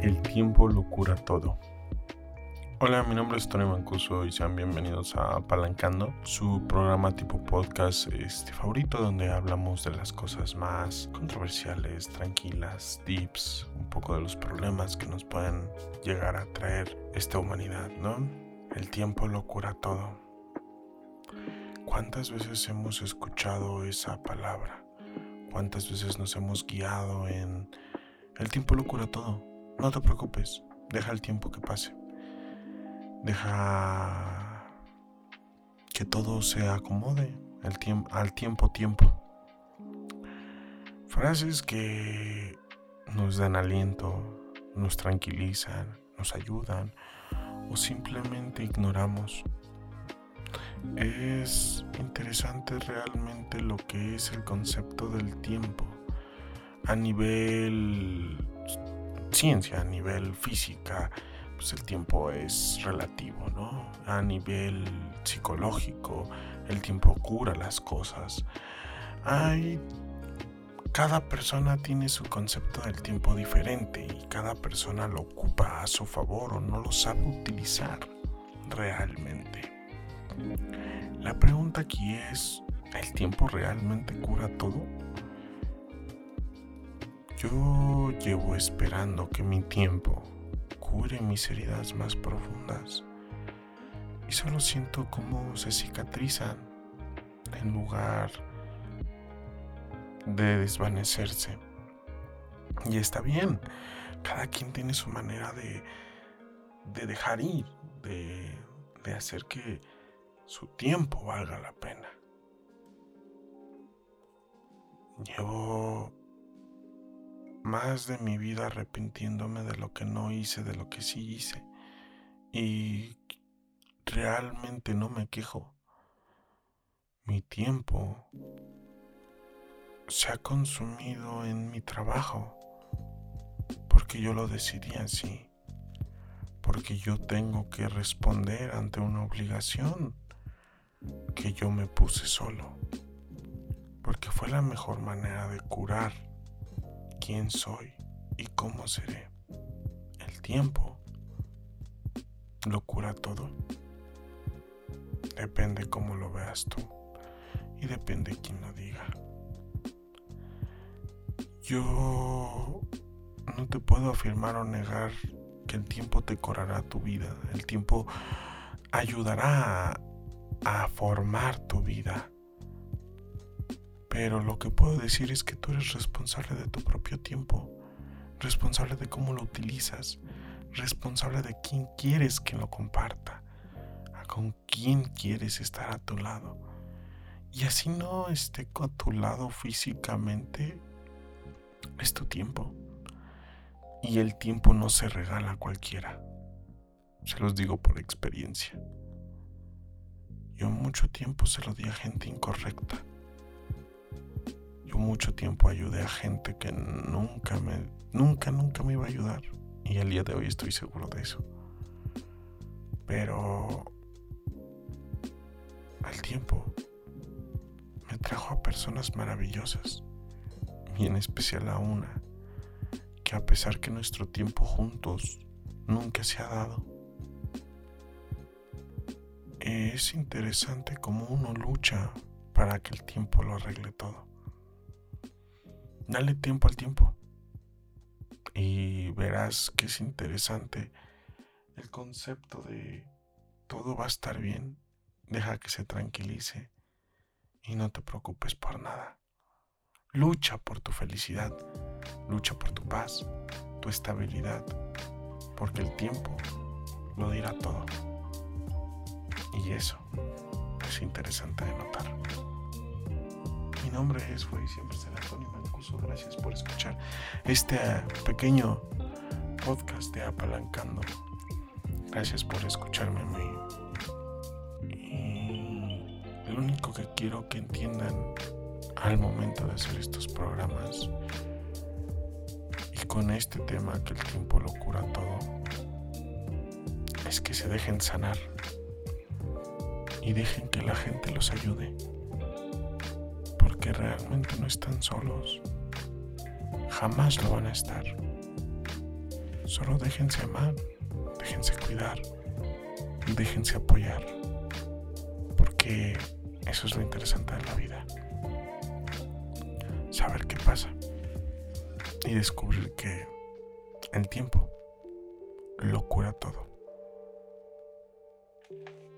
El tiempo lo cura todo. Hola, mi nombre es Tony Mancuso y sean bienvenidos a Apalancando, su programa tipo podcast favorito, donde hablamos de las cosas más controversiales, tranquilas, deeps, un poco de los problemas que nos pueden llegar a traer esta humanidad, ¿no? El tiempo lo cura todo. ¿Cuántas veces hemos escuchado esa palabra? ¿Cuántas veces nos hemos guiado en el tiempo lo cura todo? No te preocupes, deja el tiempo que pase. Deja que todo se acomode al tiempo. Frases que nos dan aliento, nos tranquilizan, nos ayudan o simplemente ignoramos. Es interesante realmente lo que es el concepto del tiempo a nivel ciencia, a nivel física. Pues el tiempo es relativo, ¿no? A nivel psicológico, el tiempo cura las cosas. Cada persona tiene su concepto del tiempo diferente y cada persona lo ocupa a su favor o no lo sabe utilizar realmente. La pregunta aquí es, ¿el tiempo realmente cura todo? Yo llevo esperando que mi tiempo cure mis heridas más profundas y solo siento cómo se cicatrizan en lugar de desvanecerse. Y está bien, cada quien tiene su manera de dejar ir, de hacer que su tiempo valga la pena. Llevo más de mi vida arrepintiéndome de lo que no hice, de lo que sí hice. Y realmente no me quejo. Mi tiempo se ha consumido en mi trabajo porque yo lo decidí así. Porque yo tengo que responder ante una obligación que yo me puse solo. Porque fue la mejor manera de curar quién soy y cómo seré. El tiempo lo cura todo. Depende cómo lo veas tú y depende quién lo diga. Yo no te puedo afirmar o negar que el tiempo te curará tu vida. El tiempo ayudará a formar tu vida. Pero lo que puedo decir es que tú eres responsable de tu propio tiempo, responsable de cómo lo utilizas, responsable de quién quieres que lo comparta, con quién quieres estar a tu lado. Y así no esté a tu lado físicamente, es tu tiempo. Y el tiempo no se regala a cualquiera. Se los digo por experiencia. Yo mucho tiempo se lo di a gente incorrecta. Yo mucho tiempo ayudé a gente que nunca me iba a ayudar. Y el día de hoy estoy seguro de eso. Pero el tiempo me trajo a personas maravillosas. Y en especial a una que a pesar que nuestro tiempo juntos nunca se ha dado. Es interesante cómo uno lucha para que el tiempo lo arregle todo. Dale tiempo al tiempo y verás que es interesante el concepto de todo va a estar bien. Deja que se tranquilice y no te preocupes por nada. Lucha por tu felicidad, lucha por tu paz, tu estabilidad, porque el tiempo lo dirá todo. Y eso es interesante de notar. Mi nombre es y siempre será Tony Mancuso. Gracias por escuchar este pequeño podcast de Apalancando. Gracias por escucharme a mí. Y lo único que quiero que entiendan al momento de hacer estos programas y con este tema que el tiempo lo cura todo es que se dejen sanar y dejen que la gente los ayude, porque realmente no están solos, jamás lo van a estar. Solo déjense amar, déjense cuidar y déjense apoyar, porque eso es lo interesante de la vida. Saber qué pasa y descubrir que el tiempo lo cura todo.